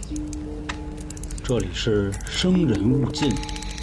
这里是生人勿近。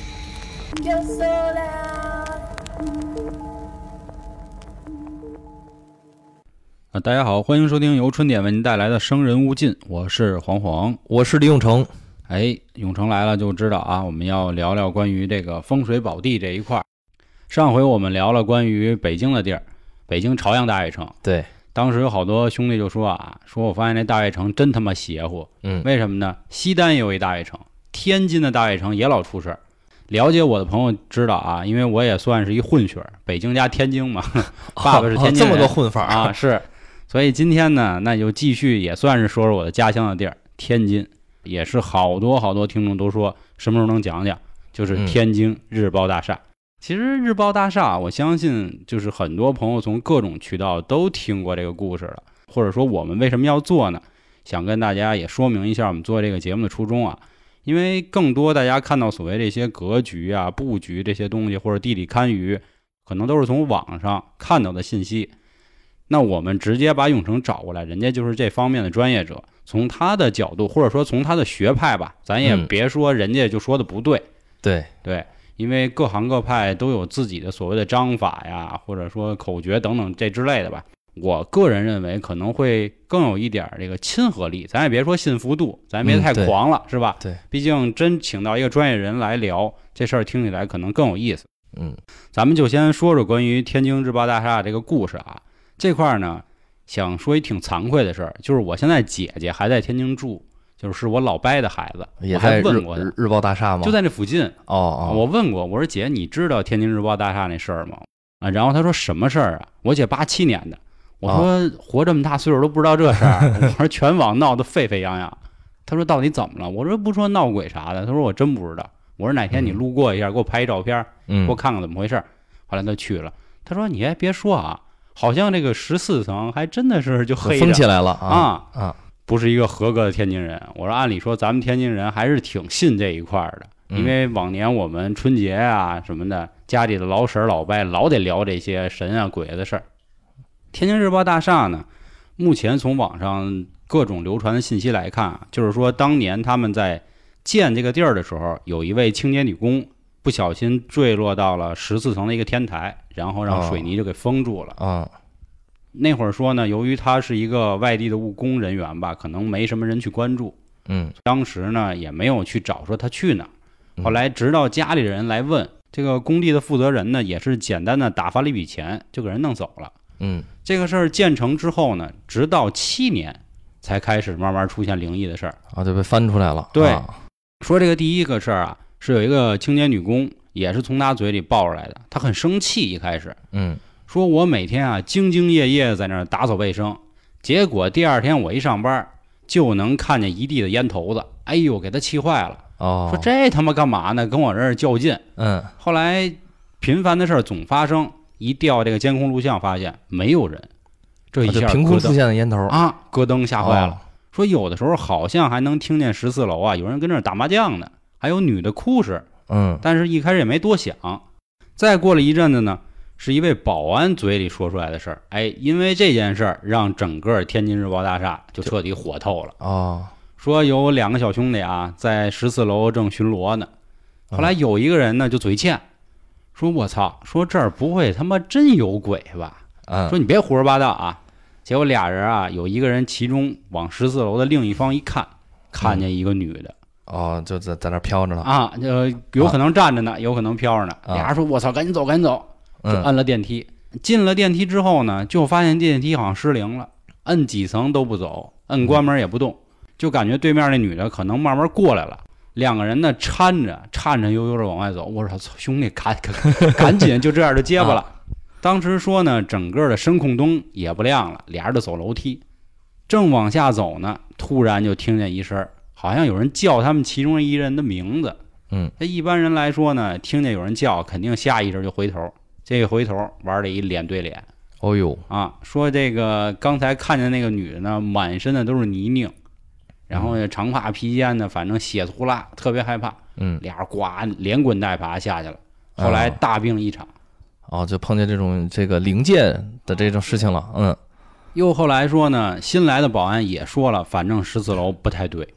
大家好，欢迎收听由春点为您带来的生人勿近，我是黄黄， 我是李永成。 永成来了就知道啊，我们要聊聊关于这个风水宝地这一块。上回我们聊了关于北京的地儿，北京朝阳大悦城。 对， 当时有好多兄弟就说我发现那大悦城真他妈邪乎。为什么呢？西单也有一大悦城，天津的大悦城也老出事儿。了解我的朋友知道啊，因为我也算是一混血，北京加天津嘛，爸爸是天津人， 这么多混法啊，是。所以今天呢，那就继续也算是说说我的家乡的地儿，天津，也是好多听众都说什么时候能讲讲，就是天津日报大厦。其实日报大厦，我相信就是很多朋友从各种渠道都听过这个故事了，或者说我们为什么要做呢？想跟大家也说明一下我们做这个节目的初衷啊。因为更多大家看到所谓这些格局啊、布局这些东西，或者地理堪舆，可能都是从网上看到的信息。那我们直接把永成找过来，人家就是这方面的专业者，从他的角度，或者说从他的学派吧，咱也别说人家就说的不对。 对， 因为各行各派都有自己的所谓的章法呀，或者说口诀等等这之类的吧。我个人认为可能会更有一点这个亲和力，咱也别说信服度，咱也别太狂了，是吧？ 对， 毕竟真请到一个专业人来聊这事儿，听起来可能更有意思。咱们就先说说关于天津日报大厦这个故事啊。这块呢，想说一挺惭愧的事儿，就是我现在姐姐还在天津住，就是我老伯的孩子， 也在日报大厦吗？ 就在这附近。我问过，我说姐，你知道天津日报大厦那事儿吗？然后她说什么事儿啊？我姐87年的。我说活这么大岁数都不知道这事儿。我说全网闹得沸沸扬扬。她说到底怎么了？我说不说闹鬼啥的。她说我真不知道。我说哪天你路过一下，给我拍一照片，给我看看怎么回事。后来她去了。她说你还别说啊，好像这个14层还真的是就黑着封起来了啊， 不是一个合格的天津人。我说按理说咱们天津人还是挺信这一块的，因为往年我们春节啊什么的，家里的老婶老伯老得聊这些神啊鬼的事儿。天津日报大厦呢，目前从网上各种流传的信息来看就是说当年他们在建这个地儿的时候，有一位清洁女工不小心坠落到了14层的一个天台，然后让水泥就给封住了。那会儿说呢，由于他是一个外地的务工人员吧，可能没什么人去关注。当时呢也没有去找说他去哪儿。后来直到家里人来问，这个工地的负责人呢，也是简单的打发了一笔钱，就给人弄走了。这个事儿建成之后呢，直到7年才开始慢慢出现灵异的事儿就被翻出来了。 对，说这个第一个事儿是有一个清洁女工，也是从她嘴里爆出来的。她很生气，一开始说我每天兢兢业业在那儿打扫卫生，结果第二天我一上班就能看见一地的烟头子，哎呦，给她气坏了。说这他妈干嘛呢？跟我这儿较劲。后来频繁的事儿总发生，一调这个监控录像发现没有人，这一下凭空出现的烟头咯噔吓坏了。说有的时候好像还能听见14楼有人跟这儿打麻将呢，还有女的哭声。但是一开始也没多想。再过了一阵子呢，是一位保安嘴里说出来的事儿。因为这件事儿让整个天津日报大厦就彻底火透了。说有2个小兄弟在14楼正巡逻呢，后来有一个人呢就嘴欠，说我操，说这儿不会他妈真有鬼吧？说你别胡说八道结果俩人有一个人其中往14楼的另一方一看，看见一个女的。 就在那飘着呢有可能站着呢，有可能飘着呢。俩人说我操，赶紧走，就按了电梯。进了电梯之后呢，就发现电梯好像失灵了，摁几层都不走，摁关门也不动，就感觉对面那女的可能慢慢过来了。2个人呢颤着悠悠的往外走。我说操，兄弟赶紧就这样就结巴了。当时说呢，整个的声控灯也不亮了，俩人就走楼梯，正往下走呢，突然就听见一声，好像有人叫他们其中一人的名字。一般人来说呢，听见有人叫肯定下意识就回头，这个回头玩了一脸对脸。说这个刚才看见那个女的呢，满身的都是泥泞，然后长发披肩的，反正血涂拉，特别害怕。俩人呱连滚带爬下去了，后来大病一场。 就碰见这个灵界的这种事情了。 又后来说呢，新来的保安也说了，反正14楼不太对，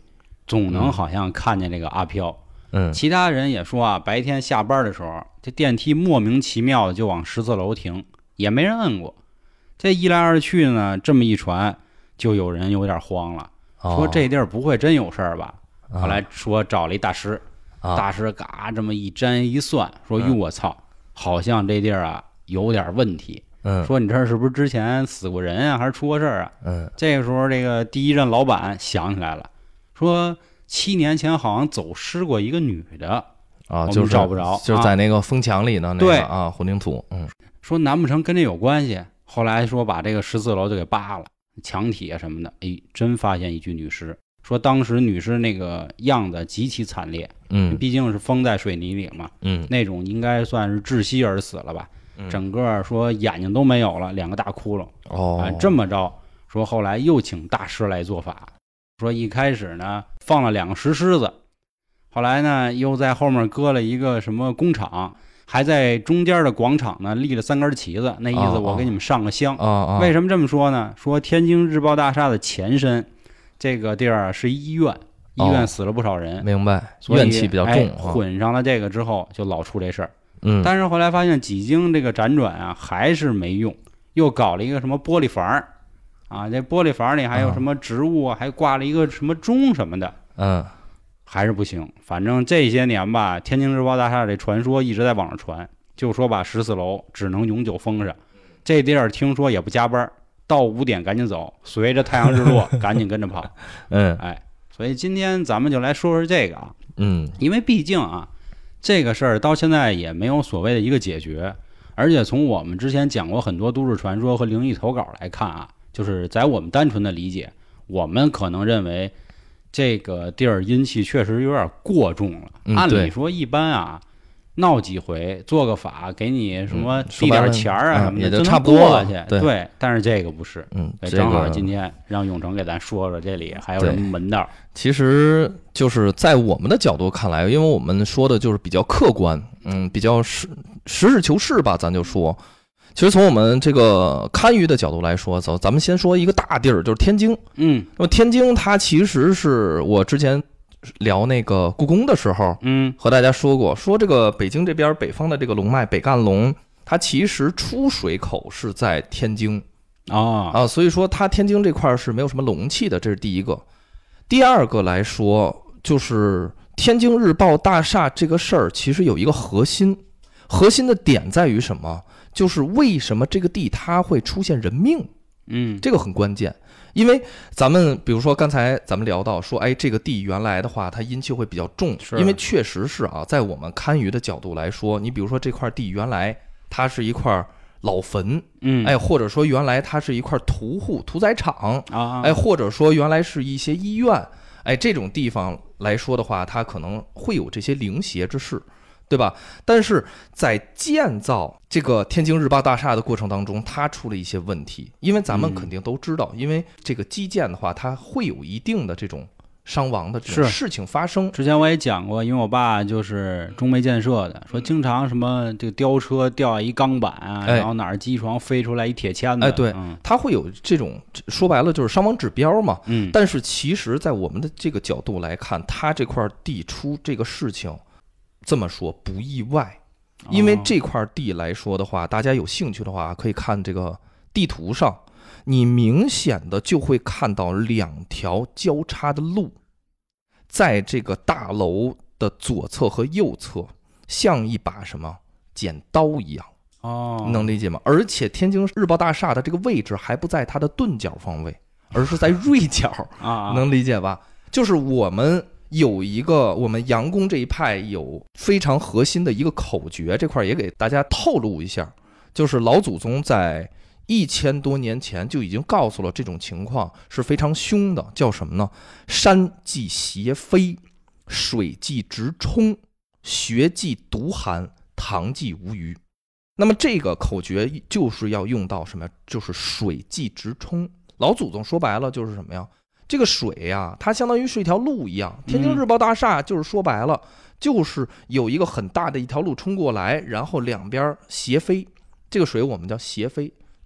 总能好像看见这个阿飘。其他人也说啊，白天下班的时候，这电梯莫名其妙的就往14楼停，也没人摁过。这一来二去呢，这么一传，就有人有点慌了，说这地儿不会真有事儿吧？后来说找了一大师，大师嘎这么一沾一算，说哟我操，好像这地儿啊有点问题。说你这儿是不是之前死过人啊，还是出过事儿啊？这个时候这个第一任老板想起来了，说7年前好像走失过一个女的啊， 就是找不着， 就是在那个风墙里呢，那个啊混凝土。 说难不成跟这有关系？后来说把这个14楼就给扒了，墙体啊什么的，真发现一具女尸。说当时女尸那个样子极其惨烈，毕竟是封在水泥里嘛，那种应该算是窒息而死了吧。整个说眼睛都没有了，2个大窟窿。这么着说，后来又请大师来做法。说一开始呢放了2个石狮子，后来呢又在后面搁了一个什么工厂，还在中间的广场呢立了3根旗子，那意思我给你们上个香。为什么这么说呢？说天津日报大厦的前身这个地儿是医院，医院死了不少人， 明白，怨气比较重。 混上了这个之后就老出这事儿。但是后来发现几经这个辗转啊，还是没用，又搞了一个什么玻璃房啊，这玻璃房里还有什么植物啊，还挂了一个什么钟什么的，还是不行。反正这些年吧，天津日报大厦这传说一直在网上传，就说把14楼只能永久封上。这地儿听说也不加班，到5点赶紧走，随着太阳日落赶紧跟着跑。所以今天咱们就来说说这个啊，因为毕竟啊。这个事儿到现在也没有所谓的一个解决，而且从我们之前讲过很多都市传说和灵异投稿来看啊，就是在我们单纯的理解，我们可能认为这个地儿阴气确实有点过重了。按理说一般啊，闹几回做个法，给你什么递点钱啊什么的， 也就差不多了去。 对，但是这个不是。正好今天让永成给咱说说这里还有什么门道。 其实就是在我们的角度看来，因为我们说的就是比较客观，比较实事求是吧，咱就说。其实从我们这个堪舆的角度来说，咱们先说一个大地儿，就是天津。那么天津它其实是我之前聊那个故宫的时候，和大家说过，说这个北京这边北方的这个龙脉北干龙，它其实出水口是在天津所以说它天津这块是没有什么龙气的，这是第一个。第二个来说，就是天津日报大厦这个事儿，其实有一个核心的点在于什么？就是为什么这个地它会出现人命？这个很关键。因为咱们比如说刚才咱们聊到说，这个地原来的话它阴气会比较重，因为确实是啊，在我们堪舆的角度来说，你比如说这块地原来它是一块老坟，或者说原来它是一块屠宰场或者说原来是一些医院，这种地方来说的话，它可能会有这些灵邪之事，对吧？但是在建造这个天津日报大厦的过程当中，它出了一些问题，因为咱们肯定都知道，因为这个基建的话，它会有一定的这种伤亡的这种事情发生。 之前我也讲过，因为我爸就是中煤建设的，说经常什么这个吊车掉下一钢板啊，然后哪儿机床飞出来一铁签子， 对，它会有这种说白了就是伤亡指标嘛。但是其实在我们的这个角度来看，它这块地出这个事情，这么说不意外，因为这块地来说的话，大家有兴趣的话可以看这个地图上，你明显的就会看到2条交叉的路，在这个大楼的左侧和右侧，像一把什么剪刀一样。能理解吗？而且天津日报大厦的这个位置还不在它的钝角方位，而是在锐角能理解吧？就是我们有一个，我们杨公这一派有非常核心的一个口诀，这块也给大家透露一下，就是老祖宗在1000多年前就已经告诉了这种情况是非常凶的，叫什么呢？山忌邪飞，水忌直冲，穴忌毒寒，堂忌无虞。那么这个口诀就是要用到什么？就是水忌直冲。老祖宗说白了就是什么呀？这个水呀，它相当于是一条路一样。天津日报大厦就是说白了，就是有一个很大的一条路冲过来，然后两边斜飞，这个水我们叫斜飞，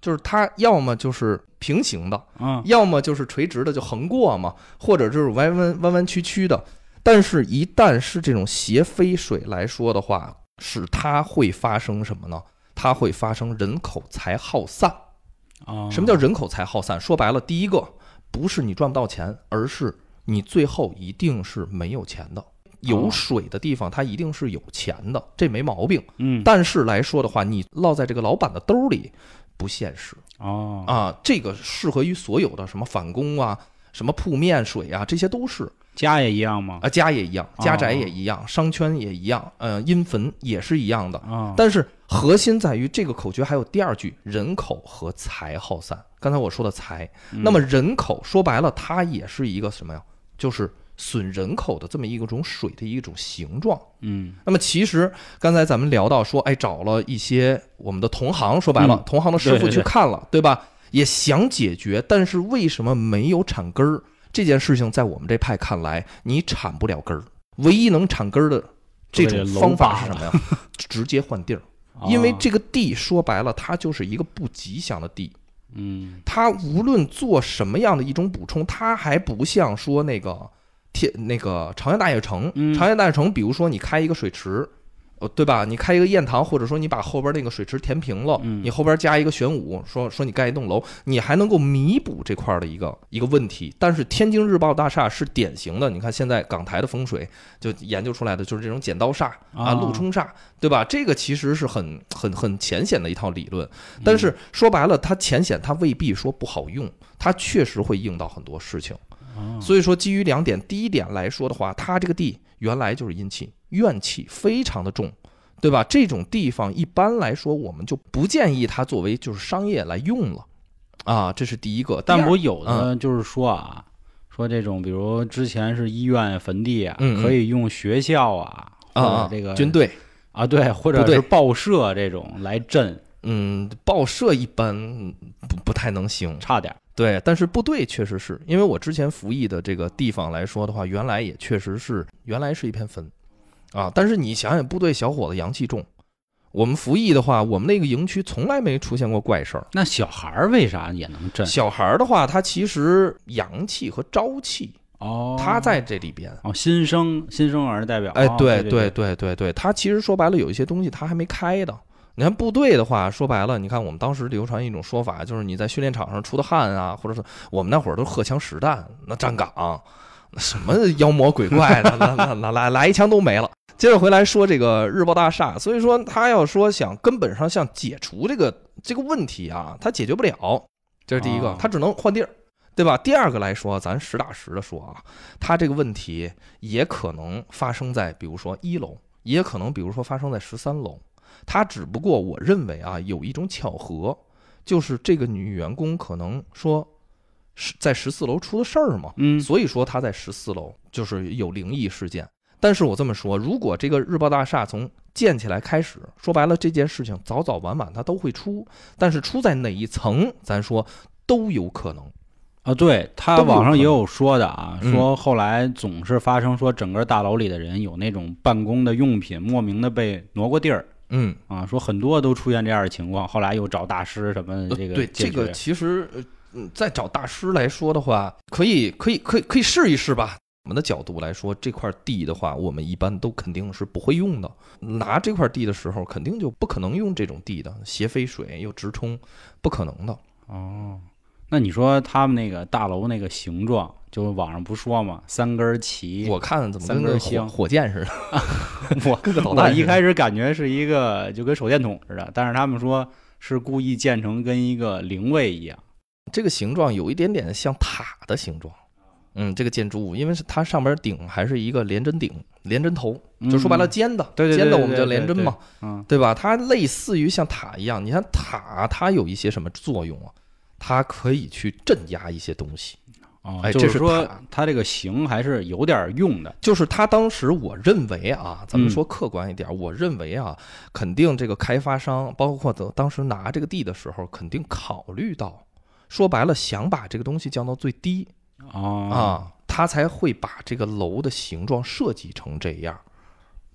就是它要么就是平行的，要么就是垂直的就横过嘛，或者就是弯弯曲曲的。但是一旦是这种斜飞水来说的话，使它会发生什么呢？它会发生人口财耗散。什么叫人口财耗散？说白了，第一个不是你赚不到钱，而是你最后一定是没有钱的。有水的地方它一定是有钱的，这没毛病。但是来说的话，你落在这个老板的兜里不现实。这个适合于所有的什么反攻啊，什么铺面水啊，这些都是。 家也一样吗？ 家也一样，家宅也一样，商圈也一样，阴坟也是一样的。但是核心在于这个口诀还有第二句，人口和财耗散。刚才我说的财，那么人口说白了，它也是一个什么呀？就是损人口的这么一种水的一种形状。那么其实刚才咱们聊到说，找了一些我们的同行，说白了，同行的师傅去看了，对吧？也想解决，但是为什么没有产根儿？这件事情在我们这派看来，你产不了根儿，唯一能产根儿的这种方法是什么呀？直接换地儿，因为这个地说白了，它就是一个不吉祥的地。它无论做什么样的一种补充，它还不像说那个长安大悦城，长安大悦城，比如说你开一个水池。对吧？你开一个堰塘，或者说你把后边那个水池填平了，你后边加一个玄武，说你盖一栋楼，你还能够弥补这块的一个问题。但是天津日报大厦是典型的，你看现在港台的风水就研究出来的就是这种剪刀煞路冲煞，对吧？这个其实是很浅显的一套理论，但是说白了，它浅显，它未必说不好用，它确实会应到很多事情。所以说基于两点，第一点来说的话，它这个地原来就是阴气，怨气非常的重，对吧？这种地方一般来说我们就不建议它作为就是商业来用了这是第一个。 但不有的就是说说这种比如之前是医院坟地可以用学校或者这个军队对，或者是报社这种来镇。 报社一般不太能行， 差点。 对，但是部队确实是因为我之前服役的这个地方来说的话，原来也确实是原来是一片坟但是你想想，部队小伙子阳气重，我们服役的话，我们那个营区从来没出现过怪事儿。 那小孩为啥也能镇？ 小孩的话，他其实阳气和朝气他在这里边新生儿代表。 对，他其实说白了有一些东西他还没开的。你看部队的话，说白了，你看我们当时流传一种说法，就是你在训练场上出的汗或者是我们那会儿都荷枪实弹，那站岗，什么妖魔鬼怪的，来一枪都没了。接着回来说这个日报大厦，所以说他要说想根本上想解除这个问题他解决不了，这是第一个，他只能换地儿，对吧？第二个来说，咱实打实的说他这个问题也可能发生在比如说1楼，也可能比如说发生在13楼。他只不过我认为有一种巧合，就是这个女员工可能说是在14楼出的事儿嘛，所以说她在14楼就是有灵异事件。但是我这么说，如果这个日报大厦从建起来开始，说白了这件事情早早晚晚它都会出，但是出在哪一层，咱说都有可能。 对，他网上也有说的说后来总是发生说整个大楼里的人有那种办公的用品莫名的被挪过地儿。说很多都出现这样的情况，后来又找大师什么这个。 对，这个其实再找大师来说的话，可以试一试吧。我们的角度来说，这块地的话，我们一般都肯定是不会用的。拿这块地的时候，肯定就不可能用这种地的，斜飞水又直冲，不可能的。 那你说他们那个大楼那个形状，就网上不说嘛，3根旗， 我看怎么跟个火箭似的。 我一开始感觉是一个就跟手电筒似的，但是他们说是故意建成跟一个灵位一样， 这个形状有一点点像塔的形状。这个建筑物，因为是它上边顶还是一个连针顶、连针头，就说白了尖的，尖的我们叫连针嘛，对吧？它类似于像塔一样。你看塔，它有一些什么作用它可以去镇压一些东西。 就是说它这个形还是有点用的。 就是它当时我认为咱们说客观一点，我认为肯定这个开发商包括当时拿这个地的时候，肯定考虑到，说白了想把这个东西降到最低他才会把这个楼的形状设计成这样。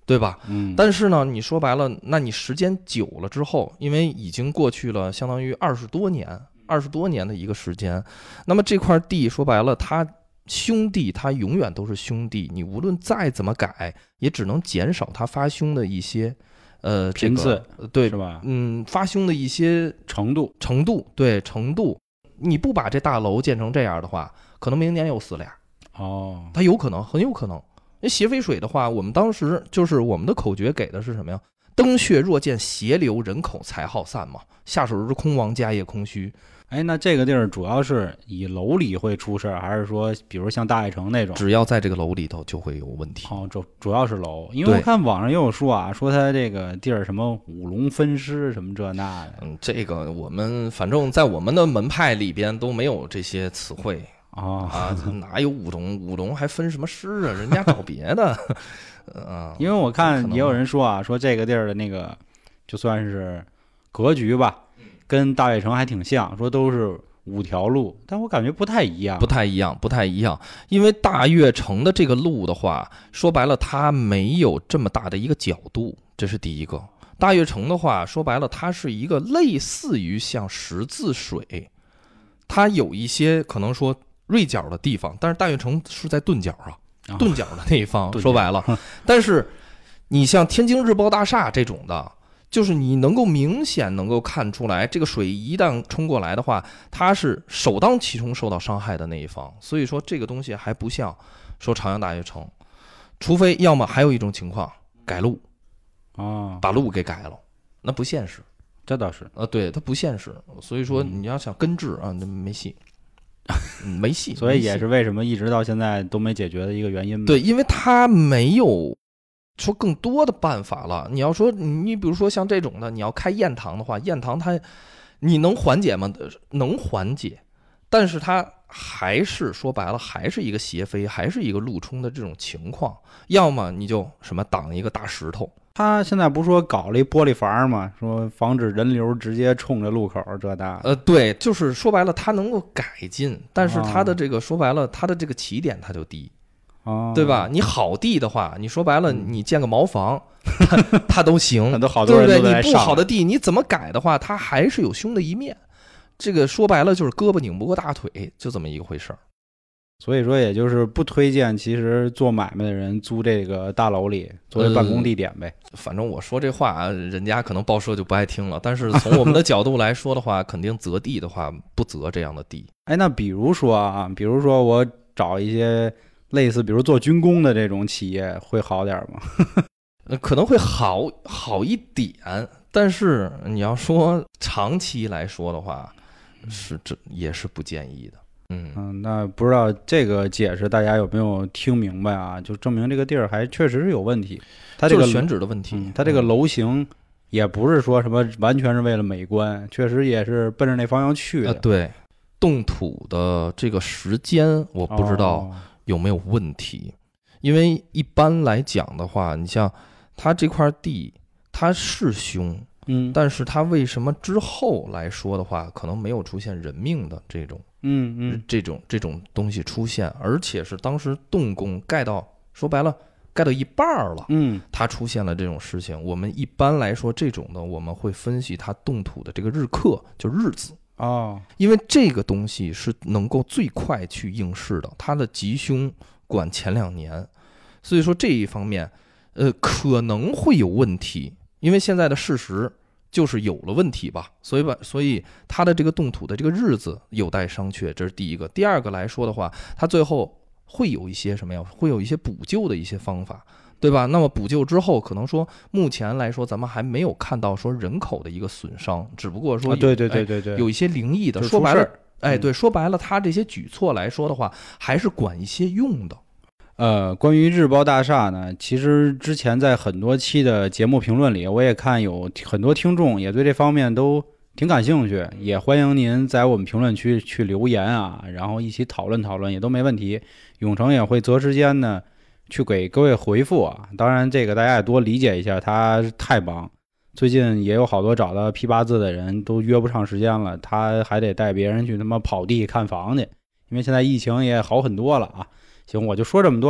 对吧？ 嗯， 但是呢，你说白了，那你时间久了之后，因为已经过去了相当于20多年的一个时间，那么这块地说白了，他兄弟他永远都是兄弟，你无论再怎么改，也只能减少他发凶的一些频次， 对， 是吧？ 发凶的一些程度， 对程度，你不把这大楼建成这样的话，可能明年又死俩。 哦， 它有可能，很有可能。那斜淝水的话，我们当时就是我们的口诀给的是什么呀？灯穴若见斜流，人口才好散嘛。下手之空亡，家业空虚。 哎，那这个地儿主要是以楼里会出事儿，还是说，比如像大悦城那种？ 只要在这个楼里头就会有问题。 哦，主要是楼，因为我看网上也有说啊，说它这个地儿什么五龙分尸什么这那的。 这个我们反正在我们的门派里边都没有这些词汇。哪有五龙还分什么尸啊？人家找别的。 因为我看也有人说啊，说这个地儿的那个就算是格局吧，跟大悦城还挺像，说都是5条路，但我感觉不太一样。因为大悦城的这个路的话，说白了它没有这么大的一个角度，这是第一个。大悦城的话，说白了它是一个类似于像十字水，它有一些可能说锐角的地方，但是大悦城是在钝角啊，钝角的那一方，说白了。但是你像天津日报大厦这种的，就是你能够明显能够看出来，这个水一旦冲过来的话，它是首当其冲受到伤害的那一方。所以说这个东西还不像说朝阳大悦城，除非要么还有一种情况改路把路给改了，那不现实。 这倒是对，它不现实。所以说你要想根治啊，那没戏。没戏， 所以也是为什么一直到现在都没解决的一个原因。 对，因为他没有说更多的办法了。你要说你比如说像这种的，你要开验堂的话，验堂它你能缓解吗？能缓解，但是它还是说白了还是一个斜飞，还是一个路冲的这种情况。要么你就什么挡一个大石头。 他现在不是说搞了一玻璃房吗？说防止人流直接冲着路口这大。 对，就是说白了，它能够改进，但是它的这个说白了，它的这个起点它就低，对吧？你好地的话，你说白了，你建个茅房，它都行， 都好多人都在上。 对不对？你不好的地，你怎么改的话，它还是有凶的一面。这个说白了就是胳膊拧不过大腿，就这么一个回事儿。 所以说，也就是不推荐其实做买卖的人租这个大楼里作为办公地点呗。 反正我说这话，人家可能报社就不爱听了。但是从我们的角度来说的话，肯定择地的话不择这样的地。 哎，那比如说我找一些类似，比如做军工的这种企业会好点吗？ 可能会好一点，但是你要说长期来说的话，这也是不建议的。 那不知道这个解释大家有没有听明白啊？就证明这个地儿还确实是有问题，它这个就是选址的问题， 它这个楼型也不是说什么完全是为了美观，确实也是奔着那方向去的。 对，动土的这个时间我不知道有没有问题，因为一般来讲的话，你像它这块地，它是凶。但是它为什么之后来说的话，可能没有出现人命的这种，这种东西出现，而且是当时动工盖到，说白了盖到一半了，它出现了这种事情。我们一般来说这种的，我们会分析它动土的这个日刻，就日子因为这个东西是能够最快去应试的，它的吉凶管前2年，所以说这一方面，可能会有问题。因为现在的事实就是有了问题吧，所以它的这个动土的这个日子有待商榷，这是第一个。第二个来说的话，它最后会有一些什么呀？会有一些补救的一些方法，对吧？那么补救之后，可能说目前来说咱们还没有看到说人口的一个损伤，只不过说对， 有一些灵异的。说白了，对，说白了，它这些举措来说的话，还是管一些用的。 关于日报大厦呢，其实之前在很多期的节目评论里，我也看有很多听众也对这方面都挺感兴趣，也欢迎您在我们评论区去留言啊，然后一起讨论讨论也都没问题。永成也会择时间呢去给各位回复啊，当然这个大家也多理解一下，他太忙，最近也有好多找到批8字的人都约不上时间了，他还得带别人去他妈跑地看房去，因为现在疫情也好很多了啊。行，我就说这么多，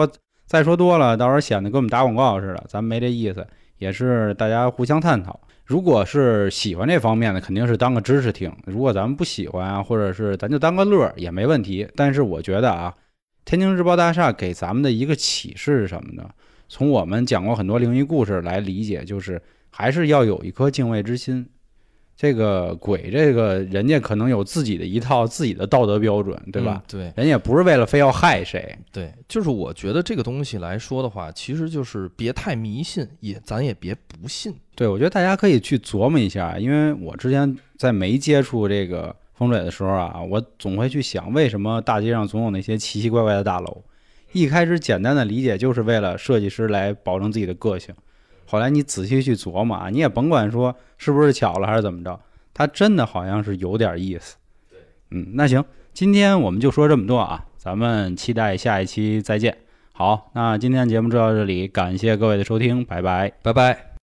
再说多了，到时候显得跟我们打广告似的，咱们没这意思，也是大家互相探讨。如果是喜欢这方面的，肯定是当个知识听；如果咱们不喜欢啊，或者是咱就当个乐也没问题。但是我觉得啊，天津日报大厦给咱们的一个启示是什么呢？从我们讲过很多灵异故事来理解，就是还是要有一颗敬畏之心。这个鬼，这个人家可能有自己的一套自己的道德标准，对吧？ 对， 人也不是为了非要害谁。 对，就是我觉得这个东西来说的话，其实就是别太迷信，咱也别不信。 对，我觉得大家可以去琢磨一下，因为我之前在没接触这个风水的时候啊，我总会去想，为什么大街上总有那些奇奇怪怪的大楼？一开始简单的理解就是为了设计师来保证自己的个性。后来你仔细去琢磨啊，你也甭管说是不是巧了还是怎么着，它真的好像是有点意思。那行，今天我们就说这么多啊，咱们期待下一期再见。好，那今天节目就到这里，感谢各位的收听，拜拜， 拜拜。